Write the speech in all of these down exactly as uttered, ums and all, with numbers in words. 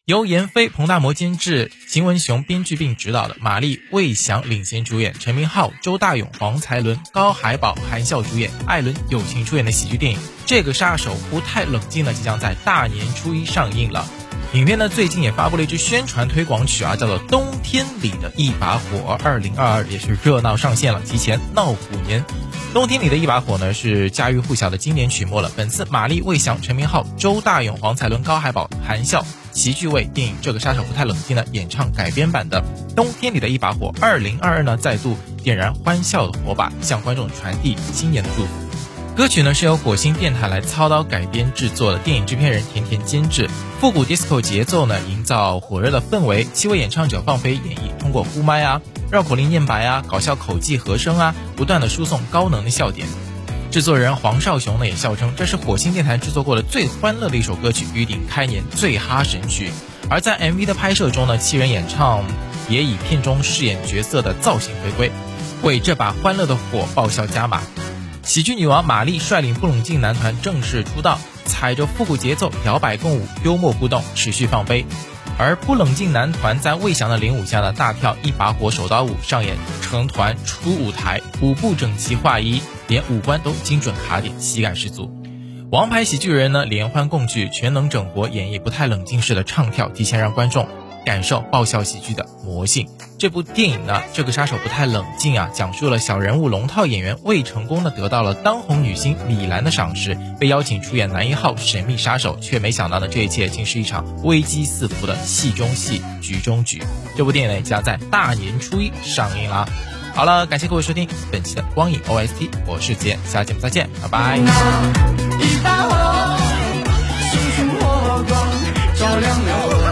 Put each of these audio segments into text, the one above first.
由闫飞、彭大魔监制，邢文雄编剧并执导的，马丽、魏翔领衔主演，陈明昊、周大勇、黄才伦、高海宝、韩笑主演，艾伦友情出演的喜剧电影《这个杀手不太冷静》呢，即将在大年初一上映了。影片呢最近也发布了一支宣传推广曲啊，叫做《冬天里的一把火》，二零二二也是热闹上线了，提前闹虎年。冬天里的一把火呢是家喻户晓的经典曲目了。本次马丽、魏翔、陈明昊、周大勇、黄才伦、高海宝、韩笑齐聚为电影《这个杀手不太冷静》的演唱改编版的《冬天里的一把火》，二零二二呢再度点燃欢笑的火把，向观众传递新年的祝福。歌曲呢是由火星电台来操刀改编制作的，电影制片人甜甜监制，复古 disco 节奏呢营造火热的氛围，七位演唱者放飞演绎，通过呼麦啊、绕口令念白啊、搞笑口技和声啊，不断的输送高能的笑点。制作人黄少雄呢也笑称，这是火星电台制作过的最欢乐的一首歌曲，预定开年最哈神曲。而在 M V 的拍摄中呢，七人演唱也以片中饰演角色的造型回归，为这把欢乐的火爆笑加码。喜剧女王马丽率领不冷静男团正式出道，踩着复古节奏摇摆共舞，幽默互动，持续放飞。而不冷静男团在魏翔的领舞下呢，大跳一把火手刀舞，上演成团出舞台，舞步整齐划一，连五官都精准卡点，喜感十足。王牌喜剧人呢联欢共聚，全能整活演绎不太冷静式的唱跳，提前让观众感受爆笑喜剧的魔性。这部电影呢，这个杀手不太冷静啊，讲述了小人物龙套演员未成功的得到了当红女星李兰的赏识，被邀请出演男一号神秘杀手，却没想到呢，这一切竟是一场危机四伏的戏中戏，局中局。这部电影呢，将在大年初一上映啦。好了，感谢各位收听本期的光影 O S T， 我是杰，下期节目再见，拜拜。一把火，熊熊火光照亮了我。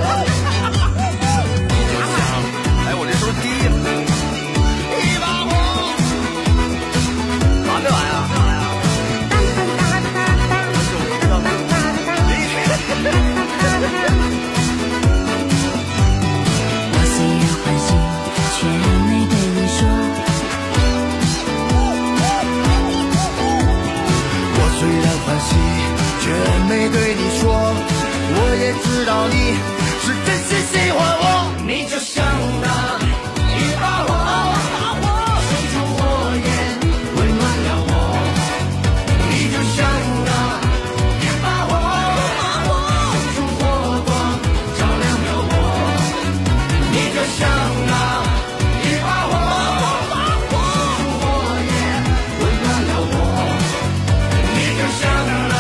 没对你说，我也知道你是真心喜欢我，你就像那一把火，熊熊火焰温暖了我，你就像那一把火，熊熊火光照亮了我，你就像那一把火，熊熊火焰温暖了我，你就像那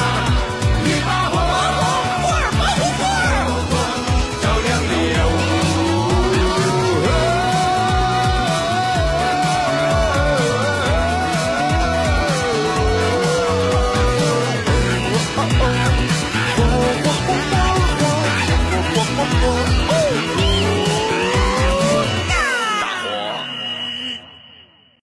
oh, oh, oh, oh, oh, oh, oh, oh, oh.